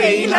cafeína.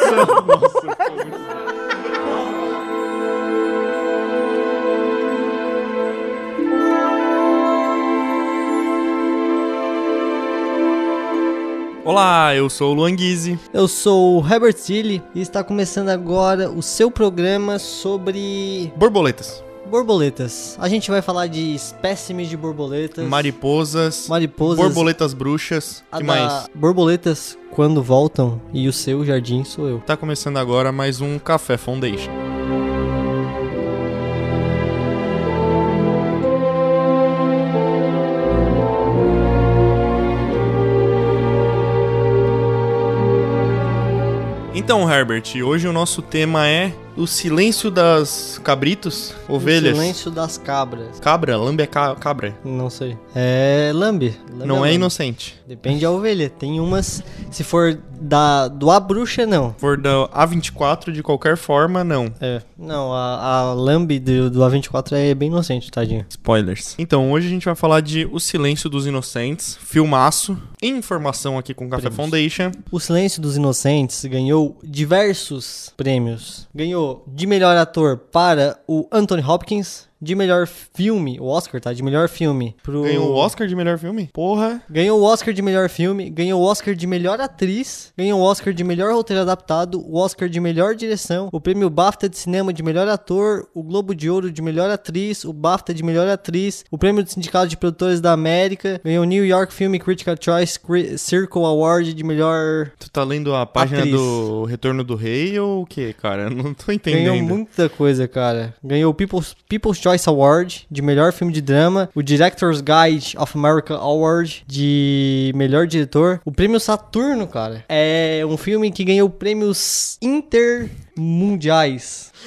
Olá, eu sou o Luan Guizzi. Eu sou o Herbert Zilli e está começando agora o seu programa sobre... Borboletas. Borboletas. A gente vai falar de espécimes de borboletas. Mariposas. Mariposas. Borboletas bruxas. Que mais? Borboletas quando voltam e o seu jardim sou eu. Tá começando agora mais um Café Foundation. Então, Herbert, hoje o nosso tema é o silêncio das cabritos, ovelhas. O silêncio das cabras. Cabra? Lambe é cabra? Não sei. É lambe. Não é inocente. Depende da ovelha. Tem umas, se for do A bruxa, não. Se for da A24, de qualquer forma, não. É. Não, a lambe do A24 é bem inocente, tadinho. Spoilers. Então, hoje a gente vai falar de O Silêncio dos Inocentes, filmaço, informação aqui com o Café Foundation. O Silêncio dos Inocentes ganhou diversos prêmios. Ganhou de melhor ator para o Anthony Hopkins, de melhor filme, o Oscar, tá? De melhor filme. Ganhou o Oscar de melhor filme? Porra! Ganhou o Oscar de melhor filme, ganhou o Oscar de melhor atriz, ganhou o Oscar de melhor roteiro adaptado, o Oscar de melhor direção, o prêmio BAFTA de cinema de melhor ator, o Globo de Ouro de melhor atriz, o BAFTA de melhor atriz, o prêmio do Sindicato de Produtores da América, ganhou o New York Film Critical Choice Circle Award de melhor Tu tá lendo a página atriz. Do Retorno do Rei ou o que, cara? Eu não tô entendendo. Ganhou muita coisa, cara. Ganhou o People's Choice Award de melhor filme de drama, o Director's Guide of America Award de melhor diretor, o prêmio Saturno, cara. É um filme que ganhou prêmios intermundiais.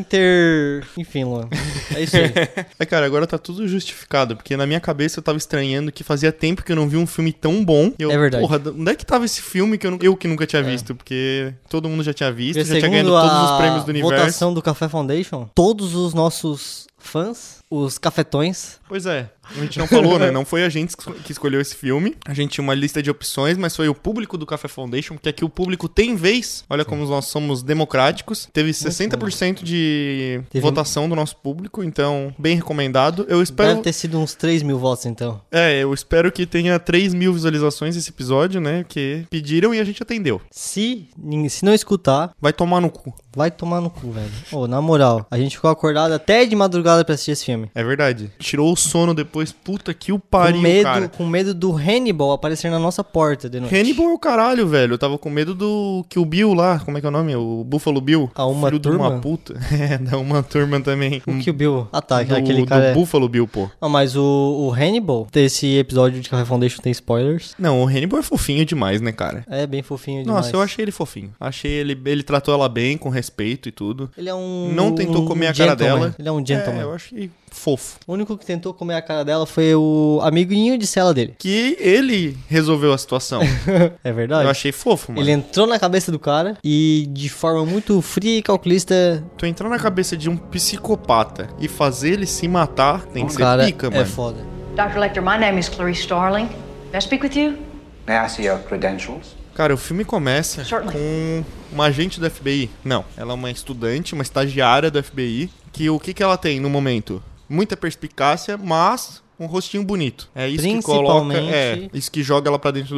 Enfim, Luan. É isso aí. Cara, agora tá tudo justificado, porque na minha cabeça eu tava estranhando que fazia tempo que eu não vi um filme tão bom. É verdade. Porra, onde é que tava esse filme que eu que nunca tinha visto? Porque todo mundo já tinha visto, Porque já tinha ganhado todos os prêmios do universo. Votação do Café Foundation, todos os nossos fãs, os cafetões. Pois é, a gente não falou, né? Não foi a gente que escolheu esse filme. A gente tinha uma lista de opções, mas foi o público do Café Foundation, porque aqui o público tem vez. Olha como nós somos democráticos. Teve 60% de votação do nosso público, então bem recomendado. Eu espero... Deve ter sido uns 3 mil votos, então. Eu espero que tenha 3 mil visualizações esse episódio, né? Que pediram e a gente atendeu. Se não escutar... Vai tomar no cu. Vai tomar no cu, velho. Ô, na moral, a gente ficou acordado até de madrugada pra assistir esse filme. É verdade. Tirou o sono depois, puta que o pariu, cara. Com medo do Hannibal aparecer na nossa porta de noite. Hannibal é o caralho, velho. Eu tava com medo do Kill Bill lá, como é que é o nome? O Buffalo Bill. A Uma Filho Turma? De uma puta. Da Uma Turma também. O Kill Bill. Ah, tá. Aquele cara... Do Buffalo Bill, pô. Não, mas o Hannibal, desse episódio de Café Foundation tem spoilers. Não, o Hannibal é fofinho demais, né, cara? É bem fofinho demais. Nossa, eu achei ele fofinho. Achei ele tratou ela bem, com respeito e tudo. Ele é um... Não tentou comer a cara dela. Ele é um gentleman. Eu achei fofo. O único que tentou comer a cara dela foi o amiguinho de cela dele. Que ele resolveu a situação. É verdade. Eu achei fofo, mano. Ele entrou na cabeça do cara e de forma muito fria e calculista... Tu entrar na cabeça de um psicopata e fazer ele se matar tem que ser cara pica, mano. É foda. Dr. Lecter, my name is Clarice Starling. May I speak with you? May I see your credentials? Cara, o filme começa com uma agente do FBI. Não, ela é uma estudante, uma estagiária do FBI. Que o que ela tem no momento? Muita perspicácia, mas um rostinho bonito. É isso que coloca, isso que joga ela pra dentro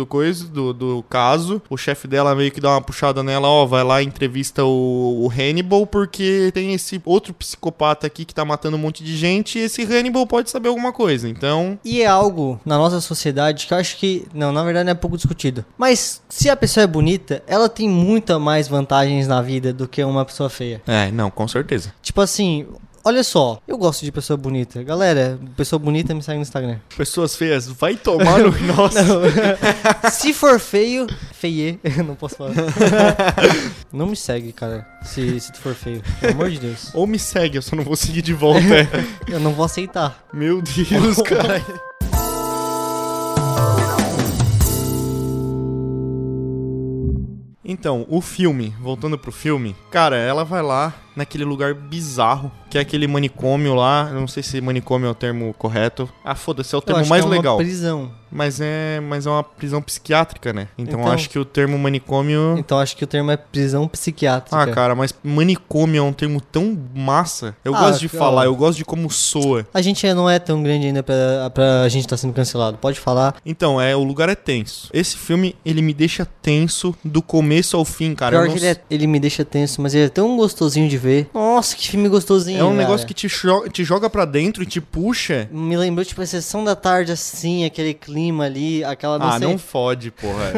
do caso. O chefe dela meio que dá uma puxada nela, vai lá e entrevista o Hannibal, porque tem esse outro psicopata aqui que tá matando um monte de gente, e esse Hannibal pode saber alguma coisa, então... E é algo na nossa sociedade que eu acho que, não, na verdade não é pouco discutido. Mas se a pessoa é bonita, ela tem muita mais vantagens na vida do que uma pessoa feia. Não, com certeza. Tipo assim... Olha só, eu gosto de pessoa bonita. Galera, pessoa bonita me segue no Instagram. Pessoas feias, vai tomar no... Nossa. Se for feio, feie. Não posso falar. Não me segue, cara, se tu for feio. Pelo amor de Deus. Ou me segue, eu só não vou seguir de volta. Eu não vou aceitar. Meu Deus, cara. Então, o filme, voltando pro filme, cara, ela vai lá naquele lugar bizarro, que é aquele manicômio lá, eu não sei se manicômio é o termo correto. Ah, foda-se, é o termo mais legal. Uma prisão. Mas é uma prisão psiquiátrica, né? Então acho que o termo manicômio... Então acho que o termo é prisão psiquiátrica. Ah, cara, mas manicômio é um termo tão massa. Eu gosto de falar, eu gosto de como soa. A gente não é tão grande ainda pra gente estar sendo cancelado. Pode falar. Então, o lugar é tenso. Esse filme, ele me deixa tenso do começo ao fim, cara. Pior que ele me deixa tenso, mas ele é tão gostosinho de ver. Nossa, que filme gostosinho, é um negócio que te joga pra dentro e te puxa. Me lembrou, tipo, a sessão da tarde, assim, aquele clima ali, aquela... Não fode, porra.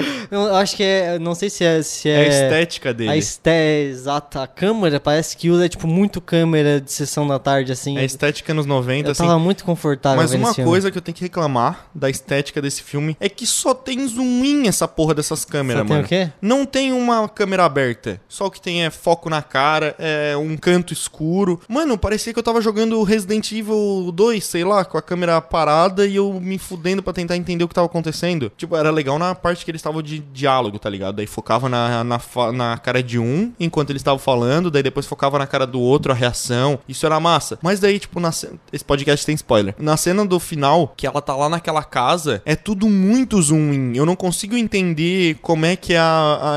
Eu acho que não sei se é... É a estética dele. Exato. A câmera parece que usa, tipo, muito câmera de sessão da tarde, assim. A estética nos 90, eu tava muito confortável. Mas uma coisa que eu tenho que reclamar da estética desse filme é que só tem zoom in essa porra dessas câmeras, mano. Tem o quê? Não tem uma câmera aberta. Só o que tem é foco na cara, um canto escuro. Mano, parecia que eu tava jogando Resident Evil 2, sei lá, com a câmera parada e eu me fudendo pra tentar entender o que tava acontecendo. Tipo, era legal na parte que eles estavam de diálogo, tá ligado? Daí focava na cara de um enquanto eles estavam falando, daí depois focava na cara do outro, a reação. Isso era massa. Mas daí, tipo, esse podcast tem spoiler. Na cena do final, que ela tá lá naquela casa, é tudo muito zoom in. Eu não consigo entender como é que é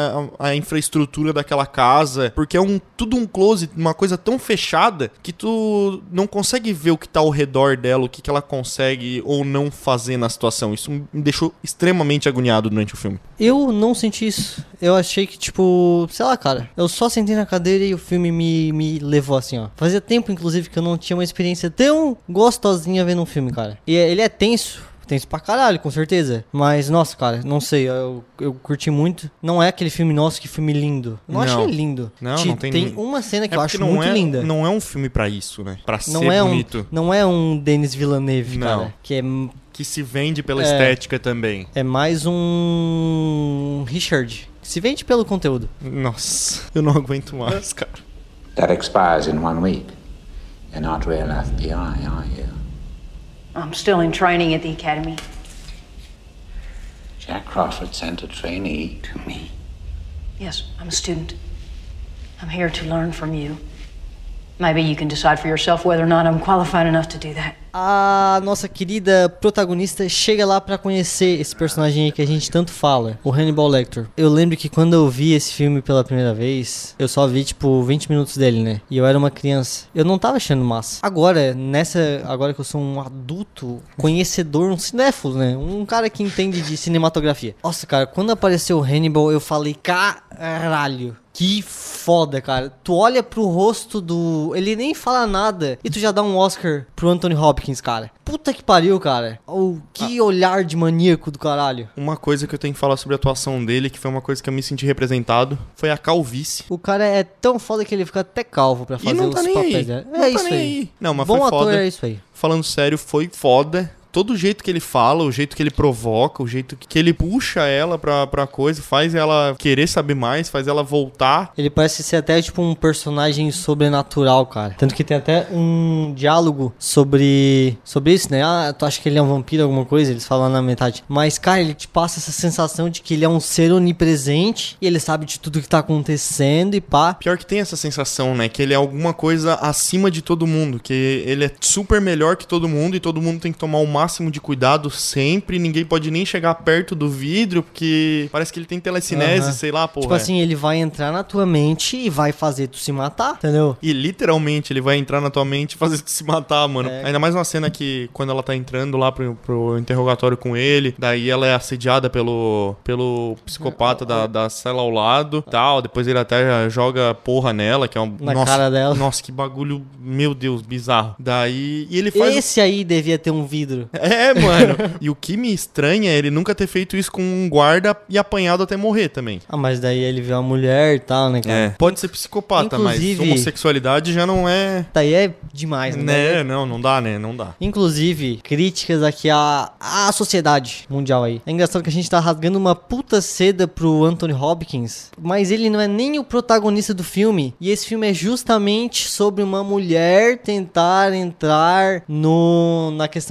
a infraestrutura daquela casa, porque é tudo um close, uma coisa tão fechada que tu não consegue ver o que tá ao redor dela, o que ela consegue ou não fazer na situação. Isso me deixou extremamente agoniado durante o filme. Eu não senti isso. Eu achei que, tipo, sei lá, cara, eu só sentei na cadeira e o filme me levou assim, ó. Fazia tempo, inclusive, que eu não tinha uma experiência tão gostosinha vendo um filme, cara. E ele é tenso. Tenso pra caralho, com certeza. Mas, nossa, cara, não sei, eu curti muito. Não é aquele filme, nossa, que filme lindo. Não achei lindo. Não tem... Tem uma cena que eu acho muito linda. Não é um filme pra isso, né? Pra ser bonito. Não é um Denis Villeneuve, cara. Que se vende pela estética também. É mais um Richard. Que se vende pelo conteúdo. Nossa, eu não aguento mais, cara. That expires in 1 week. You're not real FBI, are you? I'm still in training at the academy. Jack Crawford sent a trainee to me. Yes, I'm a student. I'm here to learn from you. Maybe you can decide for yourself whether or not I'm qualified enough to do that. A nossa querida protagonista chega lá pra conhecer esse personagem aí que a gente tanto fala, o Hannibal Lecter. Eu lembro que quando eu vi esse filme pela primeira vez, eu só vi tipo 20 minutos dele, né? E eu era uma criança. Eu não tava achando massa. Agora que eu sou um adulto, conhecedor, um cinéfilo, né? Um cara que entende de cinematografia. Nossa, cara, quando apareceu o Hannibal, eu falei, caralho. Que foda, cara. Tu olha pro rosto do... Ele nem fala nada e tu já dá um Oscar pro Anthony Hopkins, cara. Puta que pariu, cara. Que olhar de maníaco do caralho. Uma coisa que eu tenho que falar sobre a atuação dele, que foi uma coisa que eu me senti representado, foi a calvície. O cara é tão foda que ele fica até calvo pra fazer os papéis dele. É isso aí. Não, mas bom foi ator foda. É isso aí. Falando sério, foi foda. Todo o jeito que ele fala, o jeito que ele provoca, o jeito que ele puxa ela pra coisa, faz ela querer saber mais, faz ela voltar. Ele parece ser até tipo um personagem sobrenatural, cara. Tanto que tem até um diálogo sobre isso, né? Ah, tu acha que ele é um vampiro, alguma coisa? Eles falam na metade. Mas, cara, ele te passa essa sensação de que ele é um ser onipresente e ele sabe de tudo que tá acontecendo e pá. Pior que tem essa sensação, né? Que ele é alguma coisa acima de todo mundo, que ele é super melhor que todo mundo e todo mundo tem que tomar o máximo de cuidado sempre, ninguém pode nem chegar perto do vidro, porque parece que ele tem telecinese, sei lá, porra. Tipo assim, ele vai entrar na tua mente e vai fazer tu se matar, entendeu? E literalmente ele vai entrar na tua mente e fazer tu se matar, mano. Ainda mais uma cena que, quando ela tá entrando lá pro interrogatório com ele, daí ela é assediada pelo psicopata da cela ao lado, tal, depois ele até joga porra nela, que é na cara dela. Nossa, que bagulho, meu Deus, bizarro. Daí, e ele faz... Esse aí devia ter um vidro. Mano. E o que me estranha é ele nunca ter feito isso com um guarda e apanhado até morrer também. Ah, mas daí ele vê uma mulher e tal, né, cara? Pode ser psicopata, inclusive, mas homossexualidade já não é... Daí é demais, né? Não dá, né? Não dá. Inclusive, críticas aqui à sociedade mundial aí. É engraçado que a gente tá rasgando uma puta seda pro Anthony Hopkins, mas ele não é nem o protagonista do filme. E esse filme é justamente sobre uma mulher tentar entrar na questão aí da política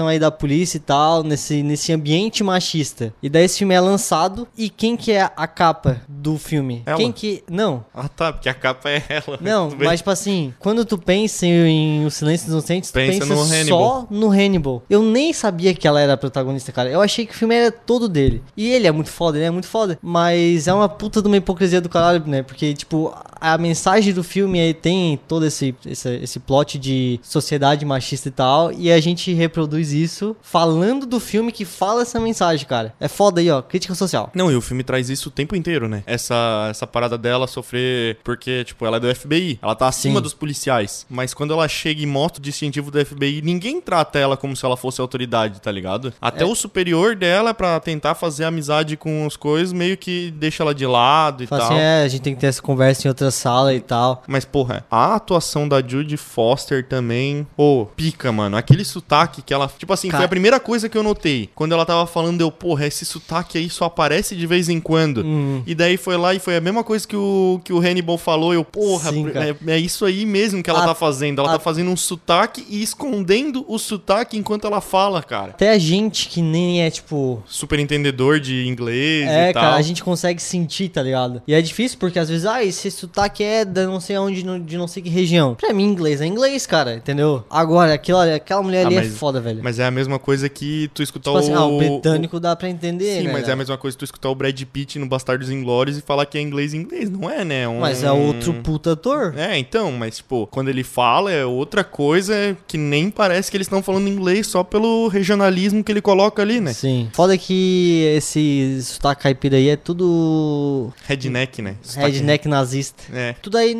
polícia e tal, nesse ambiente machista. E daí esse filme é lançado, e quem que é a capa do filme? Ela. Quem que... Não. Ah, tá, porque a capa é ela. Não, mas tipo assim, quando tu pensa em O Silêncio dos Inocentes, tu pensa no só no Hannibal. Eu nem sabia que ela era a protagonista, cara. Eu achei que o filme era todo dele. E ele é muito foda, mas é uma puta de uma hipocrisia do caralho, né? Porque, tipo, a mensagem do filme aí tem todo esse plot de sociedade machista e tal, e a gente reproduz isso falando do filme que fala essa mensagem, cara. É foda aí, ó, crítica social. Não, e o filme traz isso o tempo inteiro, né? Essa parada dela sofrer porque, tipo, ela é do FBI, ela tá acima dos policiais, mas quando ela chega e mostra o distintivo do FBI, ninguém trata ela como se ela fosse autoridade, tá ligado? Até o superior dela, pra tentar fazer amizade com as coisas, meio que deixa ela de lado e tal. Assim, a gente tem que ter essa conversa em outra sala e tal. Mas, porra, a atuação da Judy Foster também, pica, mano. Aquele sotaque que ela, tipo assim, foi a primeira coisa que eu notei. Quando ela tava falando, porra, esse sotaque aí só aparece de vez em quando. E daí foi lá e foi a mesma coisa que o Hannibal falou. Porra, sim, é isso aí mesmo que ela tá fazendo. Ela tá fazendo um sotaque e escondendo o sotaque enquanto ela fala, cara. Até a gente que nem é, tipo... super entendedor de inglês e tal. Cara, a gente consegue sentir, tá ligado? E é difícil porque às vezes, esse sotaque é da não sei onde, de não sei que região. Pra mim, inglês é inglês, cara, entendeu? Agora, aquela mulher ali é foda, velho. Mas é a mesma coisa que tu escutar tipo assim, o britânico dá pra entender, sim, né? Mas é a mesma coisa que tu escutar o Brad Pitt no Bastardos Inglórios e falar que é inglês, não é, né? Mas é outro puta ator. Então, mas, tipo, quando ele fala é outra coisa que nem parece que eles estão falando inglês só pelo regionalismo que ele coloca ali, né? Sim. Foda que esse sotaque caipira aí é tudo... redneck, né? Redneck nazista. Tudo aí,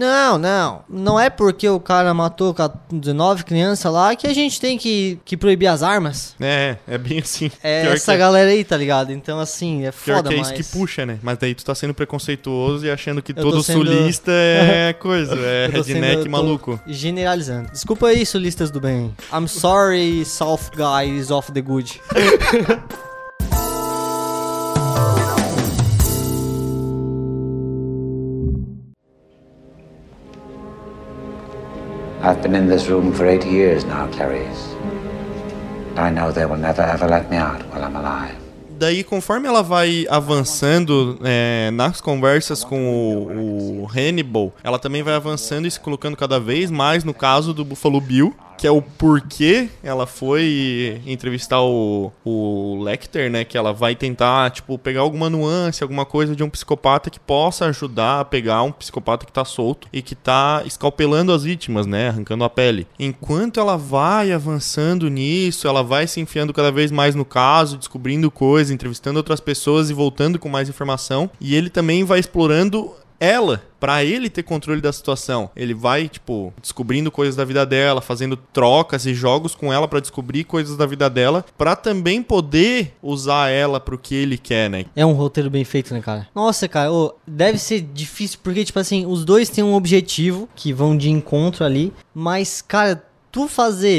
não é porque o cara matou 19 crianças lá que a gente tem que proibir as armas. É bem assim. É essa galera aí, tá ligado? Então, assim, é foda, mas... é isso que puxa, né? Mas daí tu tá sendo preconceituoso e achando que todo sulista é coisa, é redneck maluco. Generalizando. Desculpa aí, sulistas do bem. I'm sorry, South guys of the good. I've been in this room for 8 years now, Clarice. I know they will never ever let me out while I'm alive. Daí, conforme ela vai avançando nas conversas com o Hannibal, ela também vai avançando e se colocando cada vez mais no caso do Buffalo Bill, que é o porquê ela foi entrevistar o Lecter, né? Que ela vai tentar, tipo, pegar alguma nuance, alguma coisa de um psicopata que possa ajudar a pegar um psicopata que tá solto e que tá escalpelando as vítimas, né? Arrancando a pele. Enquanto ela vai avançando nisso, ela vai se enfiando cada vez mais no caso, descobrindo coisas, entrevistando outras pessoas e voltando com mais informação. E ele também vai explorando ela, pra ele ter controle da situação. Ele vai, tipo, descobrindo coisas da vida dela, fazendo trocas e jogos com ela pra descobrir coisas da vida dela, pra também poder usar ela pro que ele quer, né? É um roteiro bem feito, né, cara? Nossa, cara, deve ser difícil, porque, tipo assim, os dois têm um objetivo, que vão de encontro ali, mas, cara, tu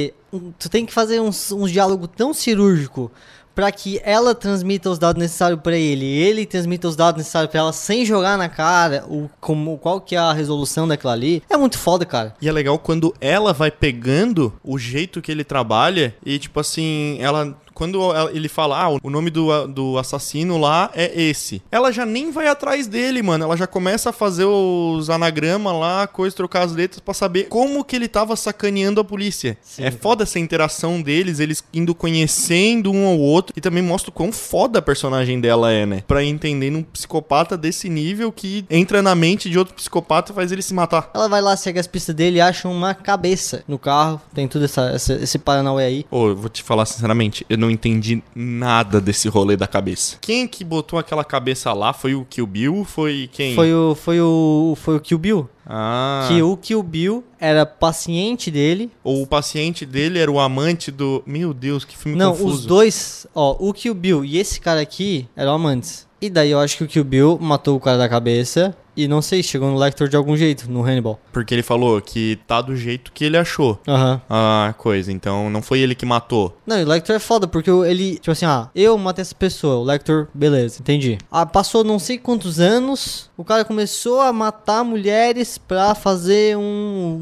tem que fazer um diálogo tão cirúrgico pra que ela transmita os dados necessários pra ele transmita os dados necessários pra ela sem jogar na cara qual que é a resolução daquilo ali. É muito foda, cara. E é legal quando ela vai pegando o jeito que ele trabalha e, tipo assim, quando ele fala, o nome do assassino lá é esse. Ela já nem vai atrás dele, mano. Ela já começa a fazer os anagramas lá, trocar as letras pra saber como que ele tava sacaneando a polícia. Sim. É foda essa interação deles, eles indo conhecendo um ao outro. E também mostra o quão foda a personagem dela é, né? Pra ir entendendo um psicopata desse nível que entra na mente de outro psicopata e faz ele se matar. Ela vai lá, segue as pistas dele e acha uma cabeça no carro. Tem tudo esse paranauê aí. Eu vou te falar sinceramente, eu não entendi nada desse rolê da cabeça. Quem que botou aquela cabeça lá? Foi o Kill Bill? Foi quem? Foi o Kill Bill. Que o Kill Bill era paciente dele. Ou o paciente dele era o amante do... Meu Deus, que filme confuso. Não, os dois... o Kill Bill e esse cara aqui eram amantes. E daí eu acho que o Kill Bill matou o cara da cabeça... E não sei, chegou no Lecter de algum jeito, no Hannibal. Porque ele falou que tá do jeito que ele achou. A coisa. Então não foi ele que matou. Não, e o Lecter é foda, porque ele, tipo assim, eu matei essa pessoa. O Lecter, beleza, entendi. Passou não sei quantos anos, o cara começou a matar mulheres pra fazer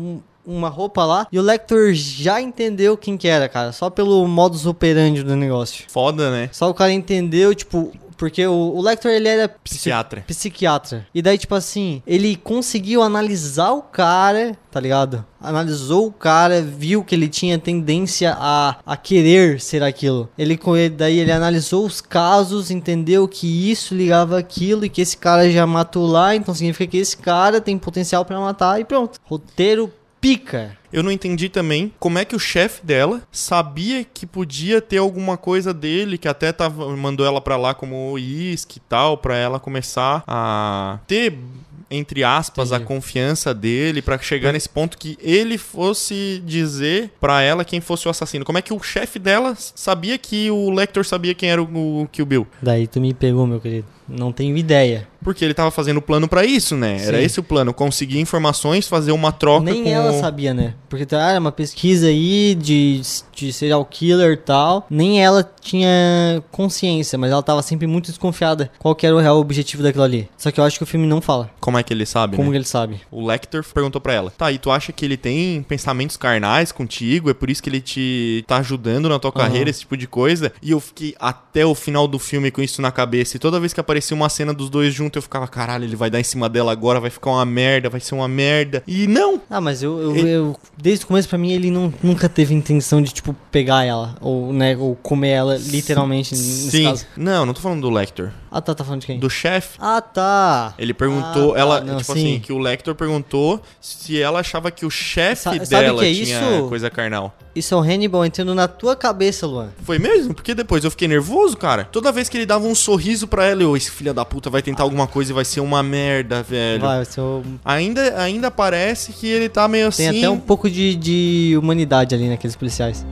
uma roupa lá e o Lecter já entendeu quem que era, cara. Só pelo modus operandi do negócio. Foda, né? Só o cara entendeu, tipo... Porque o Lecter, ele era... Psiquiatra. E daí, tipo assim, ele conseguiu analisar o cara, tá ligado? Analisou o cara, viu que ele tinha tendência a querer ser aquilo. Daí ele analisou os casos, entendeu que isso ligava aquilo e que esse cara já matou lá, então significa que esse cara tem potencial pra matar e pronto. Roteiro pica. Eu não entendi também como é que o chefe dela sabia que podia ter alguma coisa dele, que até mandou ela pra lá como uísque e tal, pra ela começar a ter, entre aspas, a confiança dele, pra chegar nesse ponto que ele fosse dizer pra ela quem fosse o assassino. Como é que o chefe dela sabia que o Lecter sabia quem era o Kill Bill? Daí tu me pegou, meu querido. Não tenho ideia. Porque ele tava fazendo o plano pra isso, né? Sim. Era esse o plano, conseguir informações, fazer uma troca. Nem ela sabia, né? Porque era uma pesquisa aí de serial killer e tal. Nem ela tinha consciência, mas ela tava sempre muito desconfiada qual que era o real objetivo daquilo ali. Só que eu acho que o filme não fala. Como é que ele sabe, Como né? que ele sabe? O Lecter perguntou pra ela, tá, e tu acha que ele tem pensamentos carnais contigo? É por isso que ele te tá ajudando na tua carreira, esse tipo de coisa? E eu fiquei até o final do filme com isso na cabeça. E toda vez que aparecia uma cena dos dois juntos, eu ficava, caralho, ele vai dar em cima dela agora, vai ficar uma merda, vai ser uma merda. E não! Ah, mas eu desde o começo, pra mim, ele nunca teve intenção de, tipo, pegar ela, ou, né, ou comer ela, literalmente, nesse caso. Não tô falando do Lecter. Ah, tá falando de quem? Do chefe. Ah, tá. Ele perguntou, assim, que o Lecter perguntou se ela achava que o chefe dela que é tinha isso? coisa carnal. Isso é o Hannibal entrando na tua cabeça, Luan. Foi mesmo? Porque depois eu fiquei nervoso, cara. Toda vez que ele dava um sorriso pra ela, esse filho da puta vai tentar alguma coisa e vai ser uma merda, velho. Vai ser Ainda parece que ele tá meio assim... Tem até um pouco de humanidade ali naqueles policiais.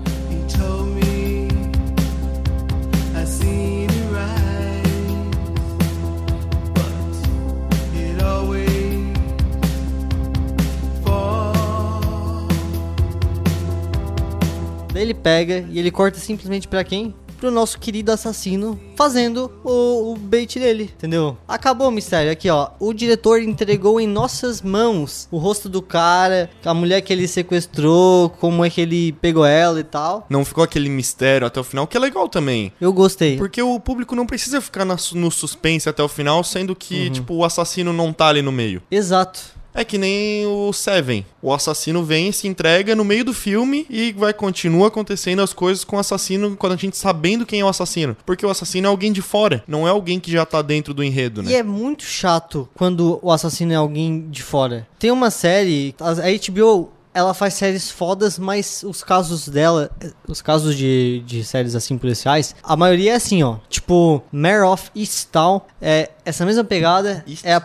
Daí ele pega e ele corta simplesmente pra quem? Pro nosso querido assassino fazendo o bait dele, entendeu? Acabou o mistério. Aqui, ó. O diretor entregou em nossas mãos o rosto do cara, a mulher que ele sequestrou, como é que ele pegou ela e tal. Não ficou aquele mistério até o final, que é legal também. Eu gostei. Porque o público não precisa ficar no suspense até o final, sendo que, tipo, o assassino não tá ali no meio. Exato. É que nem o Seven. O assassino vem e se entrega no meio do filme e continua acontecendo as coisas com o assassino quando a gente sabendo quem é o assassino. Porque o assassino é alguém de fora, não é alguém que já tá dentro do enredo, né? E é muito chato quando o assassino é alguém de fora. Tem uma série, a HBO... Ela faz séries fodas, mas os casos dela, os casos de séries assim policiais, a maioria é assim, ó. Tipo, Mare of Easttown, é essa mesma pegada, é a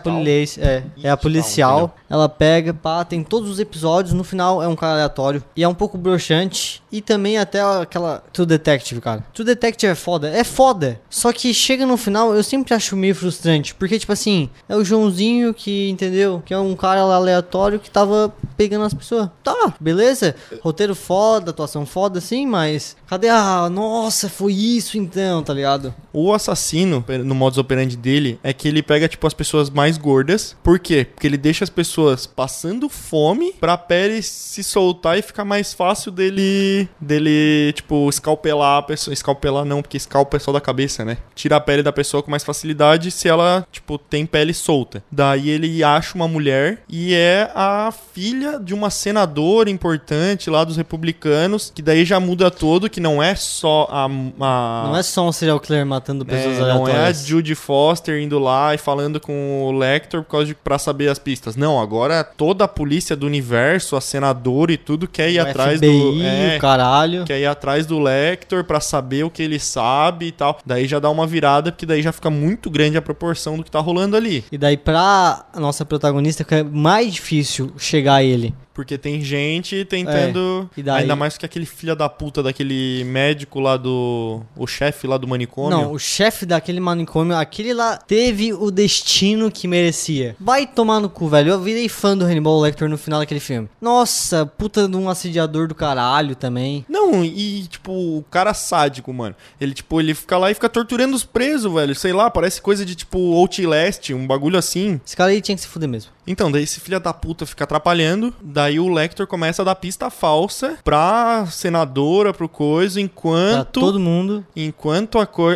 policial. Entendeu? Ela pega, pá, tem todos os episódios, no final é um cara aleatório. E é um pouco broxante. E também até aquela True Detective, cara. True Detective é foda. Só que chega no final, eu sempre acho meio frustrante. Porque, tipo assim, é o Joãozinho que, entendeu? Que é um cara aleatório que tava pegando as pessoas. Tá, beleza. Roteiro foda, atuação foda, sim, mas... Cadê a... Nossa, foi isso então, tá ligado? O assassino, no modus operandi dele, é que ele pega, tipo, as pessoas mais gordas. Por quê? Porque ele deixa as pessoas passando fome pra pele se soltar e ficar mais fácil dele, tipo, escalpelar a pessoa. Escalpelar não, porque escalpa é só da cabeça, né? Tira a pele da pessoa com mais facilidade se ela, tipo, tem pele solta. Daí ele acha uma mulher e é a filha de uma senadora importante lá dos republicanos, que daí já muda todo, que não é só Não é só um serial killer matando pessoas aleatórias. Não é a Judy Foster indo lá e falando com o Lecter pra saber as pistas. Não, agora toda a polícia do universo, a senadora e tudo quer ir atrás FBI, o caralho. Quer ir atrás do Lecter pra saber o que ele sabe e tal. Daí já dá uma virada, porque daí já fica muito grande a proporção do que tá rolando ali. E daí pra nossa protagonista é mais difícil chegar a ele. Porque tem gente tentando... E daí... Ainda mais que aquele filho da puta daquele médico lá do... O chefe lá do manicômio. Não, o chefe daquele manicômio, aquele lá teve o destino que merecia. Vai tomar no cu, velho. Eu virei fã do Hannibal Lecter no final daquele filme. Nossa, puta de um assediador do caralho também. Não, e tipo, o cara sádico, mano. Ele, tipo, ele fica lá e fica torturando os presos, velho. Sei lá, parece coisa de, tipo, Outlast, um bagulho assim. Esse cara aí tinha que se fuder mesmo. Então, daí esse filho da puta fica atrapalhando, daí o Lecter começa a dar pista falsa pra senadora, pro coisa, Pra todo mundo. Enquanto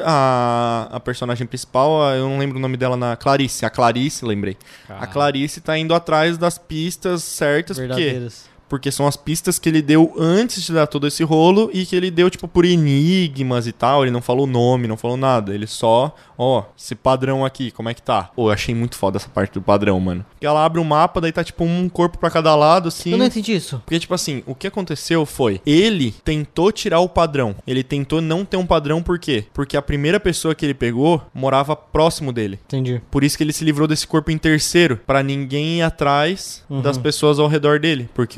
a personagem principal, eu não lembro o nome dela, a Clarice, lembrei. A Clarice tá indo atrás das pistas certas, porque são as pistas que ele deu antes de dar todo esse rolo e que ele deu, tipo, por enigmas e tal. Ele não falou o nome, não falou nada. Ele só, esse padrão aqui, como é que tá? Pô, eu achei muito foda essa parte do padrão, mano. Porque ela abre o mapa, daí tá, tipo, um corpo pra cada lado, assim. Eu não entendi isso. Porque, tipo assim, o que aconteceu foi, ele tentou tirar o padrão. Ele tentou não ter um padrão, por quê? Porque a primeira pessoa que ele pegou morava próximo dele. Entendi. Por isso que ele se livrou desse corpo em terceiro, pra ninguém ir atrás das pessoas ao redor dele. Porque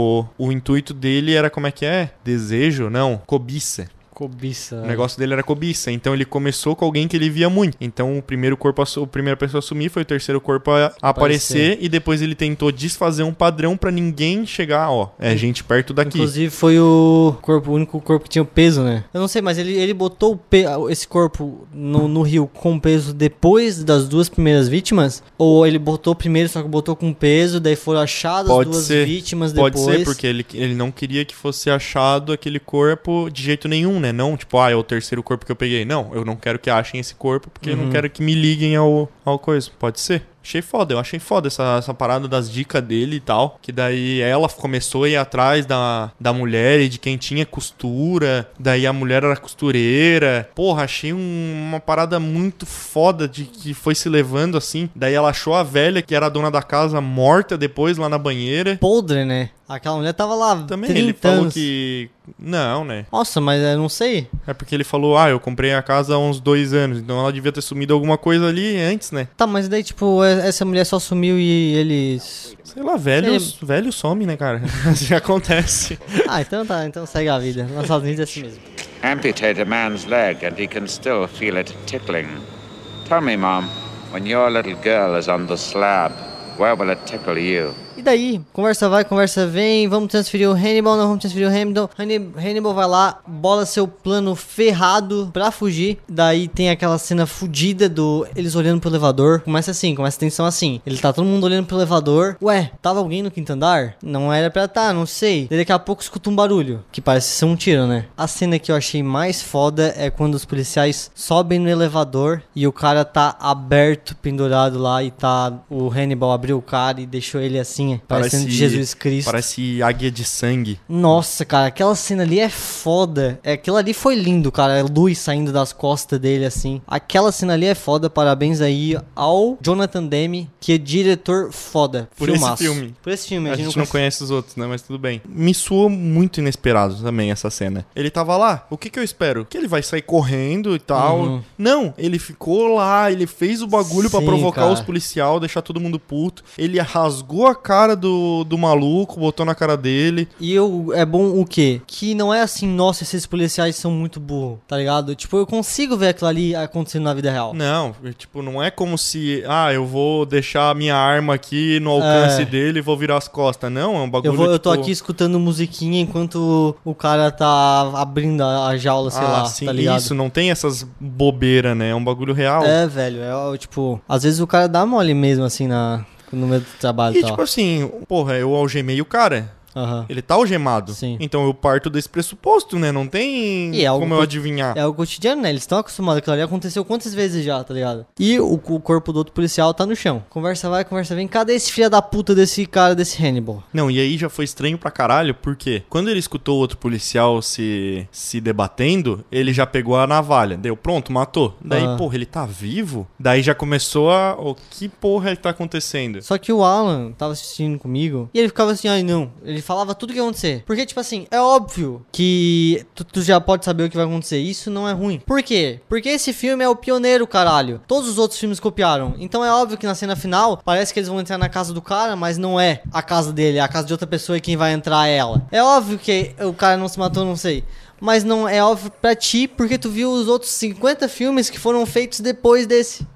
o intuito dele era, como é que é? Desejo? Não, cobiça. Cobiça. O negócio dele era cobiça. Então ele começou com alguém que ele via muito. Então a primeira pessoa a sumir foi o terceiro corpo a aparecer. E depois ele tentou desfazer um padrão pra ninguém chegar, gente perto daqui. Inclusive foi o único corpo que tinha peso, né? Eu não sei, mas ele botou esse corpo no rio com peso depois das duas primeiras vítimas? Ou ele botou primeiro, só que botou com peso, daí foram achadas as duas vítimas depois? Pode ser, porque ele não queria que fosse achado aquele corpo de jeito nenhum, né? Não, tipo, é o terceiro corpo que eu peguei. Não, eu não quero que achem esse corpo, porque eu não quero que me liguem ao coisa. Pode ser. Eu achei foda essa parada das dicas dele e tal. Que daí ela começou a ir atrás da mulher e de quem tinha costura. Daí a mulher era costureira. Porra, achei uma parada muito foda de que foi se levando assim. Daí ela achou a velha, que era a dona da casa, morta depois lá na banheira. Podre, né? Aquela mulher tava lá também 30 ele falou anos. que... Não, né? Nossa, mas eu não sei. É porque ele falou, eu comprei a casa há uns 2 anos. Então ela devia ter sumido alguma coisa ali antes, né? Tá, mas daí, tipo, essa mulher só sumiu e eles... Sei lá, velho some, né, cara? Já acontece. Então tá, então segue a vida. Nos Estados Unidos é assim mesmo. Amputate a man's leg and he can still feel it tickling. Tell me, Mom, when your little girl is on the slab, where will it tickle you? E daí, conversa vai, conversa vem, vamos transferir o Hannibal, não vamos transferir o Hamilton. Hannibal vai lá, bola seu plano ferrado pra fugir. Daí tem aquela cena fudida eles olhando pro elevador. Começa a tensão assim. Ele tá todo mundo olhando pro elevador. Ué, tava alguém no quinto andar? Não era pra tá, não sei. Daí daqui a pouco escuta um barulho, que parece ser um tiro, né? A cena que eu achei mais foda é quando os policiais sobem no elevador e o cara tá aberto, pendurado lá, e tá... O Hannibal abriu o cara e deixou ele assim, parecendo Jesus Cristo. Parece águia de sangue. Nossa, cara, aquela cena ali é foda. Aquilo ali foi lindo, cara. A luz saindo das costas dele, assim. Aquela cena ali é foda. Parabéns aí ao Jonathan Demme, que é diretor foda. Por esse filme. Por esse filme. A gente não conhece os outros, né? Mas tudo bem. Me soou muito inesperado também essa cena. Ele tava lá. O que eu espero? Que ele vai sair correndo e tal. Não, ele ficou lá. Ele fez o bagulho pra provocar os policiais, deixar todo mundo puto. Ele rasgou a cara do maluco, botou na cara dele. E é bom o quê? Que não é assim, nossa, esses policiais são muito burros, tá ligado? Tipo, eu consigo ver aquilo ali acontecendo na vida real. Não, tipo, não é como se, eu vou deixar a minha arma aqui no alcance dele e vou virar as costas. Não, é um bagulho, eu tô aqui escutando musiquinha enquanto o cara tá abrindo a jaula, sei lá, sim, tá ligado? Isso, não tem essas bobeiras, né? É um bagulho real. É, velho, tipo, às vezes o cara dá mole mesmo, assim, no meio do trabalho e tal. Tipo assim, porra, eu algemei o cara. Ele tá algemado. Sim. Então eu parto desse pressuposto, né? Não tem como eu adivinhar. É o cotidiano, né? Eles estão acostumados. Aquilo ali aconteceu quantas vezes já, tá ligado? E o corpo do outro policial tá no chão. Conversa vai, conversa vem. Cadê esse filho da puta desse cara, desse Hannibal? Não, e aí já foi estranho pra caralho, porque quando ele escutou o outro policial se debatendo, ele já pegou a navalha. Deu, pronto, matou. Daí, porra, ele tá vivo? Daí já começou o que porra tá acontecendo? Só que o Alan tava assistindo comigo e ele ficava assim, não. Ele falava tudo o que ia acontecer. Porque, tipo assim, é óbvio que tu já pode saber o que vai acontecer. Isso não é ruim. Por quê? Porque esse filme é o pioneiro, caralho. Todos os outros filmes copiaram. Então é óbvio que na cena final, parece que eles vão entrar na casa do cara, mas não é a casa dele, é a casa de outra pessoa e quem vai entrar é ela. É óbvio que o cara não se matou, não sei. Mas não é óbvio pra ti, porque tu viu os outros 50 filmes que foram feitos depois desse.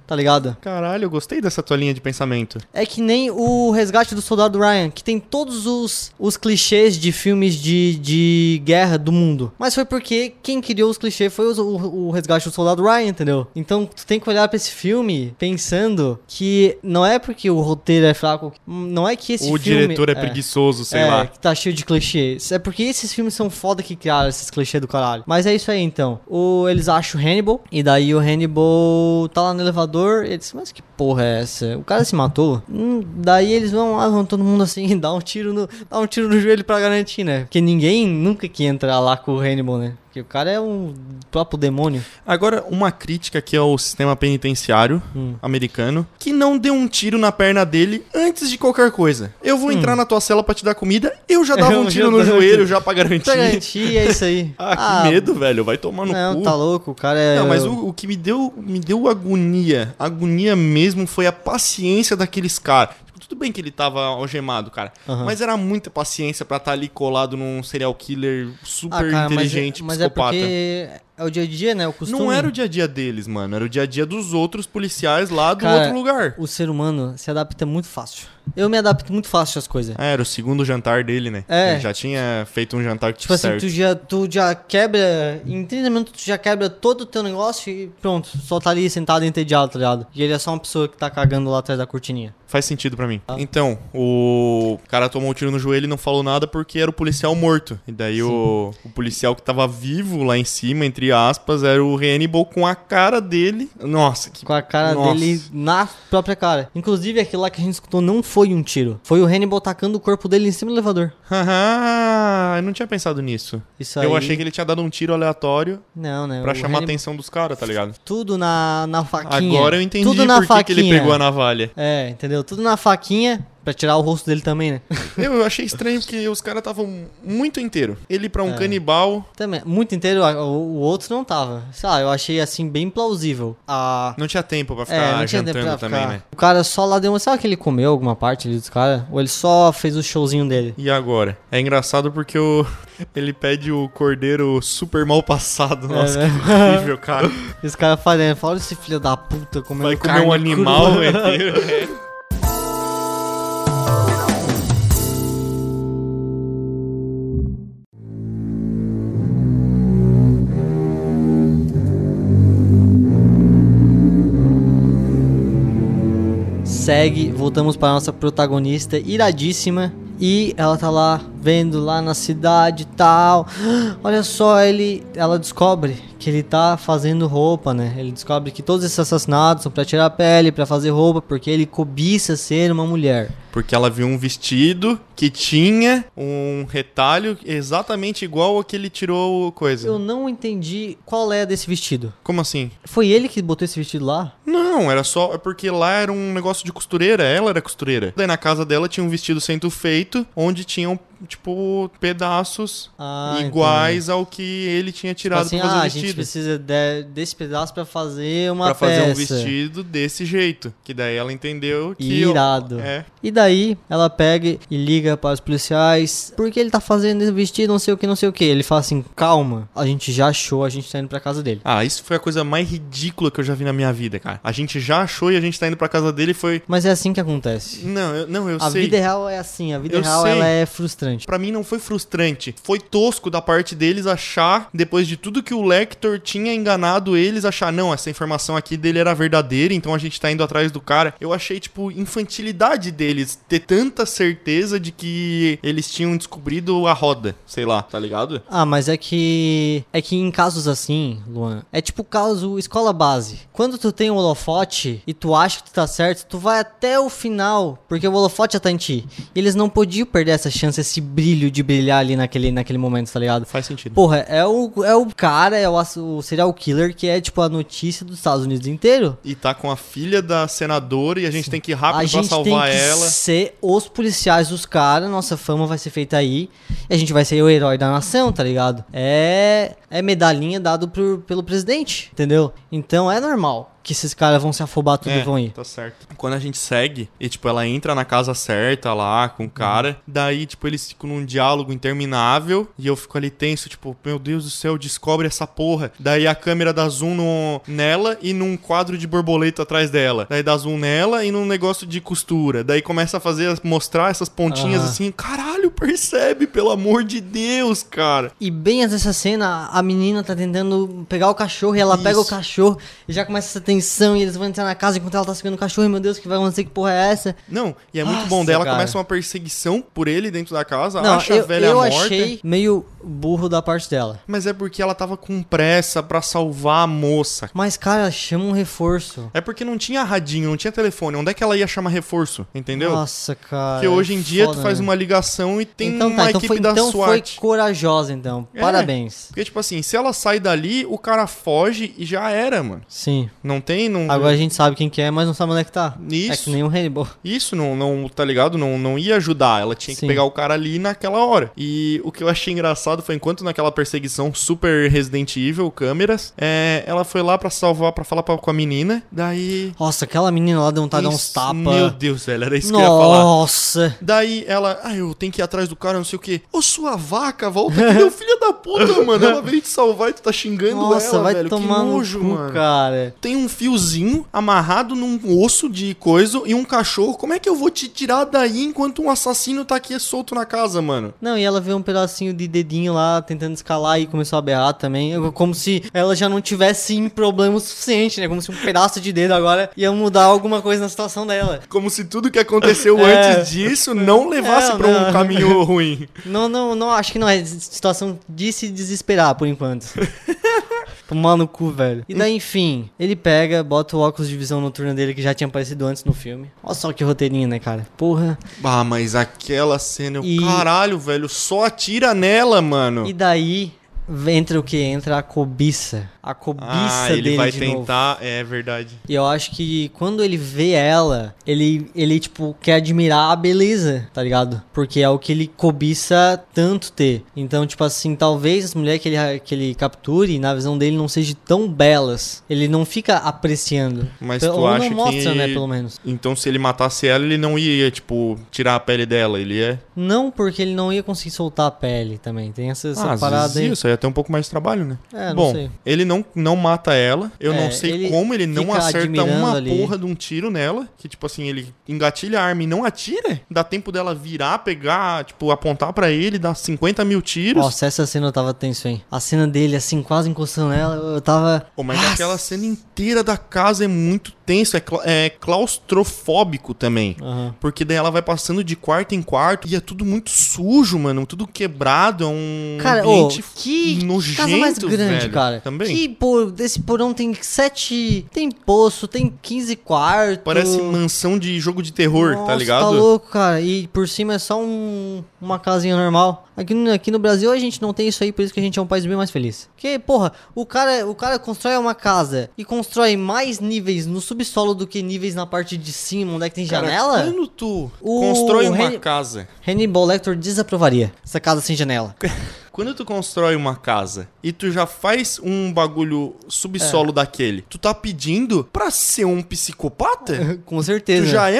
tá ligado? Caralho, eu gostei dessa tua linha de pensamento. É que nem o Resgate do Soldado Ryan, que tem todos os clichês de filmes de guerra do mundo. Mas foi porque quem criou os clichês foi o Resgate do Soldado Ryan, entendeu? Então tu tem que olhar pra esse filme pensando que não é porque o roteiro é fraco, não é que esse filme... O diretor é preguiçoso, sei lá. Que tá cheio de clichês. É porque esses filmes são foda que criaram esses clichês do caralho. Mas é isso aí, então. Eles acham o Hannibal, e daí o Hannibal tá lá no elevador, e eles, mas que porra é essa? O cara se matou? Daí eles vão todo mundo assim, dá um tiro no joelho pra garantir, né? Porque ninguém nunca que entrar lá com o Hannibal, né? Porque o cara é um próprio demônio. Agora, uma crítica aqui ao sistema penitenciário americano, que não deu um tiro na perna dele antes de qualquer coisa. Eu vou entrar na tua cela pra te dar comida, eu já dava um tiro no joelho já pra garantir. Pra garantir, é isso aí. Que medo, velho, vai tomar no cu. Não, tá louco, o cara é... Não, mas o que me deu agonia mesmo foi a paciência daqueles caras. Tudo bem que ele tava algemado, cara. Mas era muita paciência pra estar ali colado num serial killer super inteligente, mas psicopata. É porque é o dia a dia, né? O costume. Não era o dia a dia deles, mano. Era o dia a dia dos outros policiais lá do outro lugar. O ser humano se adapta muito fácil. Eu me adapto muito fácil às coisas. Era o segundo jantar dele, né? Ele já tinha feito um jantar tipo certo. Assim, tu já quebra... Em 30 minutos tu já quebra todo o teu negócio e pronto. Só tá ali sentado entediado, tá ligado? E ele é só uma pessoa que tá cagando lá atrás da cortininha. Faz sentido pra mim. Então, o cara tomou um tiro no joelho e não falou nada porque era o policial morto. E daí o policial que tava vivo lá em cima, entre aspas, era o Hannibal com a cara dele. Nossa, com a cara dele na própria cara. Inclusive, aquilo lá que a gente escutou não foi um tiro. Foi o Hannibal tacando o corpo dele em cima do elevador. Eu não tinha pensado nisso. Isso aí... Eu achei que ele tinha dado um tiro aleatório. Não, né? Pra chamar a atenção dos caras, tá ligado? Tudo na faquinha. Agora eu entendi tudo na por que ele pegou a navalha. É, entendeu? Tudo na faquinha. Pra tirar o rosto dele também, né? Eu achei estranho porque os caras estavam muito inteiro. Ele pra um canibal... Também, muito inteiro, o outro não tava. Sei lá, eu achei assim bem plausível. Não tinha tempo pra ficar jantando também, né? O cara só lá deu Será que ele comeu alguma parte ali dos caras? Ou ele só fez o showzinho dele? E agora? É engraçado porque ele pede o cordeiro super mal passado. Nossa, que horrível, cara. Esse cara fala esse filho da puta comendo vai comer um animal inteiro, né? Voltamos para nossa protagonista iradíssima e ela tá lá vendo lá na cidade e tal. Olha só, ela descobre que ele tá fazendo roupa, né? Ele descobre que todos esses assassinatos são pra tirar a pele, pra fazer roupa, porque ele cobiça ser uma mulher. Porque ela viu um vestido que tinha um retalho exatamente igual ao que ele tirou coisa. Eu não entendi qual é desse vestido. Como assim? Foi ele que botou esse vestido lá? Não, era só... É porque lá era um negócio de costureira, ela era costureira. Daí na casa dela tinha um vestido sendo feito, onde tinham, tipo, pedaços iguais ao que ele tinha tirado tipo assim, pra fazer o vestido. A gente precisa desse pedaço pra fazer uma peça. Pra fazer um vestido desse jeito. Que daí ela entendeu que... Irado. E daí ela pega e liga para os policiais. Por que ele tá fazendo esse vestido, não sei o que. Ele fala assim, calma, a gente já achou, a gente tá indo pra casa dele. Isso foi a coisa mais ridícula que eu já vi na minha vida, cara. A gente já achou e a gente tá indo pra casa dele e foi... Mas é assim que acontece. Eu sei. A vida real é assim, a vida real ela é frustrante. Pra mim não foi frustrante, foi tosco da parte deles achar, depois de tudo que o Lecter tinha enganado eles, achar, não, essa informação aqui dele era verdadeira, então a gente tá indo atrás do cara. Eu achei, tipo, infantilidade deles ter tanta certeza de que eles tinham descobrido a roda, sei lá, tá ligado? Mas é que em casos assim, Luan, é tipo caso escola base. Quando tu tem um holofote e tu acha que tu tá certo, tu vai até o final, porque o holofote já tá em ti. E eles não podiam perder essa chance, esse brilho de brilhar ali naquele momento, tá ligado? Faz sentido. Porra, é o cara, o serial killer que é tipo a notícia dos Estados Unidos inteiro. E tá com a filha da senadora e a gente tem que ir rápido pra salvar ela. A gente tem que ser os policiais dos caras, nossa fama vai ser feita aí e a gente vai ser o herói da nação, tá ligado? É medalhinha dado pelo presidente, entendeu? Então é normal que esses caras vão se afobar tudo e vão ir. Tá certo. Quando a gente segue, e tipo, ela entra na casa certa lá com o cara, daí, tipo, eles ficam num diálogo interminável e eu fico ali tenso, tipo, meu Deus do céu, descobre essa porra. Daí a câmera dá zoom nela e num quadro de borboleta atrás dela. Daí dá zoom nela e num negócio de costura. Daí começa a mostrar essas pontinhas assim, caralho, percebe, pelo amor de Deus, cara. E bem nessa cena, a menina tá tentando pegar o cachorro e ela pega o cachorro e já começa essa tensão e eles vão entrar na casa enquanto ela tá segurando o cachorro e meu Deus, que vai acontecer, que porra é essa? Não, e é muito bom dela, começa uma perseguição por ele dentro da casa, não, acha a velha morta. Eu achei meio burro da parte dela. Mas é porque ela tava com pressa pra salvar a moça. Mas, cara, chama um reforço. É porque não tinha radinho, não tinha telefone. Onde é que ela ia chamar reforço? Entendeu? Nossa, cara. Porque hoje em dia tu faz uma ligação e tem uma equipe da SWAT. Foi corajosa, então. Parabéns. Porque, tipo assim, se ela sai dali, o cara foge e já era, mano. Sim. Não tem... Agora a gente sabe quem que é, mas não sabe onde é que tá. Isso. É que nem o Hannibal. Isso, não tá ligado? Não ia ajudar. Ela tinha que pegar o cara ali naquela hora. E o que eu achei engraçado foi enquanto naquela perseguição super Resident Evil, câmeras, ela foi lá pra salvar, pra falar com a menina. Daí... Nossa, aquela menina lá deu vontade de dar uns tapas. Meu Deus, velho, era isso que eu ia falar. Nossa. Daí ela, eu tenho que ir atrás do cara, não sei o quê. Ô, sua vaca, volta aqui, meu filho da puta, mano. Ela veio te salvar e tu tá xingando ela, vai velho. Tomar que nojo, no cu, mano. Cara. Tem um fiozinho amarrado num osso de coisa e um cachorro. Como é que eu vou te tirar daí enquanto um assassino tá aqui solto na casa, mano? Não, e ela vê um pedacinho de dedinho lá tentando escalar e começou a berrar também. Como se ela já não tivesse em problema o suficiente, né? Como se um pedaço de dedo agora ia mudar alguma coisa na situação dela. Como se tudo que aconteceu antes disso não levasse pra um caminho ruim. Não, acho que não é situação de se desesperar por enquanto. Tomar no cu, velho. E daí, enfim, ele pega, bota o óculos de visão noturna dele que já tinha aparecido antes no filme. Olha só que roteirinho, né, cara? Porra. Mas aquela cena, caralho, velho, só atira nela, mano. E daí... entra o que? Entra a cobiça. A cobiça dele ele vai de tentar, novo. É verdade. E eu acho que quando ele vê ela, ele tipo, quer admirar a beleza, tá ligado? Porque é o que ele cobiça tanto ter. Então, tipo assim, talvez as mulheres que ele capture, na visão dele, não sejam tão belas. Ele não fica apreciando. Mas tu acha não mostra, que... né, pelo menos. Então, se ele matasse ela, ele não ia, tipo, tirar a pele dela, ele ia... Não, porque ele não ia conseguir soltar a pele também. Tem essa parada aí. Isso aí ia ter um pouco mais de trabalho, né? Não sei. Ele não mata ela. Eu não sei como ele não acerta uma ali. porra de um tiro nela. Que, tipo assim, ele engatilha a arma e não atira. Dá tempo dela virar, pegar, tipo, apontar pra ele, dar 50 mil tiros. Nossa, essa cena eu tava tenso, hein? A cena dele, assim, quase encostando nela, eu tava... Mas aquela cena inteira da casa é muito tenso. É claustrofóbico também. Porque daí ela vai passando de quarto em quarto e é tudo muito sujo, mano. Tudo quebrado. É um ambiente nojento, casa mais grande, velho. Cara. Também. Esse porão tem 7... Tem poço, tem 15 quartos. Parece mansão de jogo de terror, Nossa, tá ligado? Tá louco, cara. E por cima é só uma casinha normal. Aqui no Brasil a gente não tem isso aí, por isso que a gente é um país bem mais feliz. Porque, porra, o cara constrói uma casa e constrói mais níveis no subsolo do que níveis na parte de cima, onde é que tem janela? Quando tu constrói uma casa... Hannibal Lecter desaprovaria essa casa sem janela. Quando tu constrói uma casa e tu já faz um bagulho subsolo daquele, tu tá pedindo pra ser um psicopata? Com certeza. Tu já é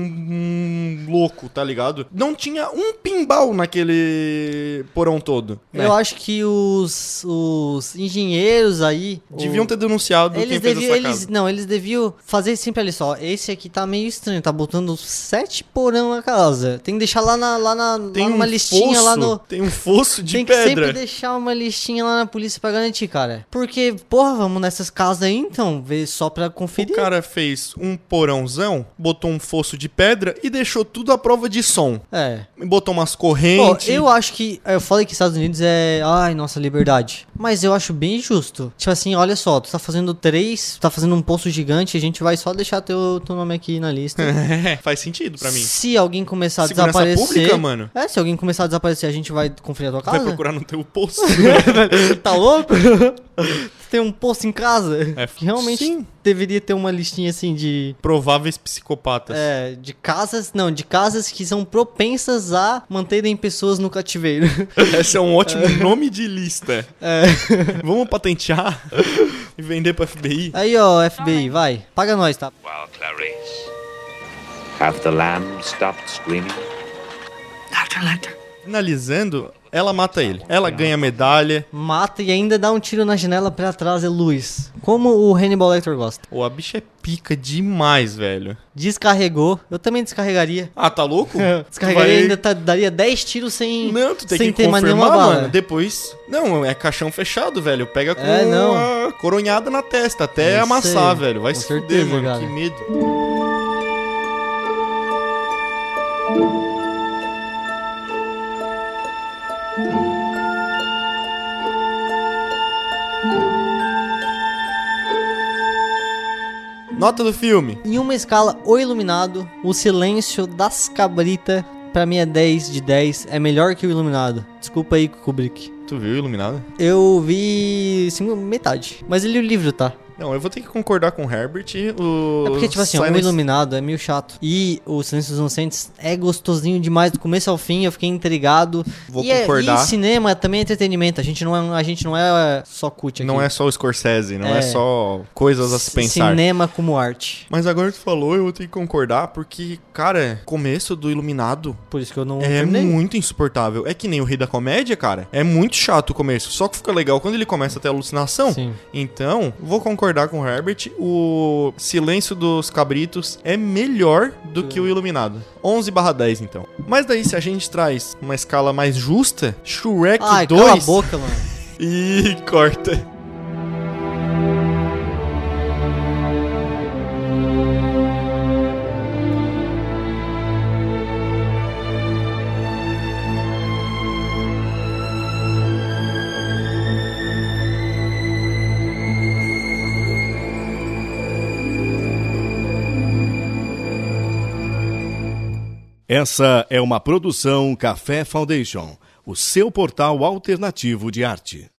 um louco, tá ligado? Não tinha um pinball naquele porão todo. Eu acho que os engenheiros aí... Deviam ter denunciado quem fez essa casa. Não, eles deviam fazer sempre ali só. Esse aqui tá meio estranho, tá botando 7 porão na casa. Tem que deixar lá numa listinha lá no... Tem um fosso de pedra. Sempre deixar uma listinha lá na polícia pra garantir, cara. Porque, porra, vamos nessas casas aí, então, ver só pra conferir. O cara fez um porãozão, botou um fosso de pedra e deixou tudo à prova de som. Botou umas correntes. Pô, eu acho que... Eu falei que Estados Unidos é... Ai, nossa, liberdade. Mas eu acho bem justo. Tipo assim, olha só, tu tá fazendo um poço gigante, a gente vai só deixar teu nome aqui na lista. Faz sentido pra mim. Se alguém começar a Segurança desaparecer... pública, mano. Se alguém começar a desaparecer, a gente vai conferir a tua casa. Vai procurar no teu poço. Tá louco? tem um poço em casa. Que realmente sim. deveria ter uma listinha assim de... Prováveis psicopatas. de casas que são propensas a manterem pessoas no cativeiro. Esse é um ótimo nome de lista. Vamos patentear e vender pro FBI. Aí, ó, FBI, vai. Paga nós, tá? Well, Clarice, have the lamb stopped screaming? Dr. Lecter. Finalizando, ela mata ele. Ela ganha medalha. Mata e ainda dá um tiro na janela pra trazer luz. Como o Hannibal Lecter gosta. Pô, a bicha é pica demais, velho. Descarregou. Eu também descarregaria. Ah, tá louco? Descarregaria e ainda daria 10 tiros sem... Não, tu tem sem que ter mais nenhuma confirmar, bala. mano. Depois... Não, é caixão fechado, velho. Pega com não. a coronhada na testa, até Eu amassar, sei. velho. Vai Com se certeza, fuder, mano. cara. Que medo. Nota do filme. Em uma escala O Iluminado, O Silêncio das Cabritas, pra mim é 10 de 10. É melhor que O Iluminado. Desculpa aí, Kubrick. Tu viu Iluminado? Eu vi metade. Mas eu li o livro, tá? Não, eu vou ter que concordar com o Herbert. É porque, tipo assim, O Iluminado é meio chato. E O Silêncio dos Inocentes é gostosinho demais, do começo ao fim, eu fiquei intrigado. Vou concordar. E cinema também é entretenimento, a gente não é só cult aqui. Não é só o Scorsese, não é só coisas a se pensar. Cinema como arte. Mas agora que tu falou, eu vou ter que concordar, porque, cara, começo do Iluminado Por isso que eu não é terminei. muito insuportável. É que nem o Rei da Comédia, cara. É muito chato o começo. Só que fica legal quando ele começa a ter alucinação. Sim. Então, vou concordar com o Herbert. O Silêncio dos Cabritos é melhor do que o Iluminado. 11/10, então. Mas daí, se a gente traz uma escala mais justa, Shrek 2... Cala a boca, mano. Ih, corta. Essa é uma produção Café Foundation, o seu portal alternativo de arte.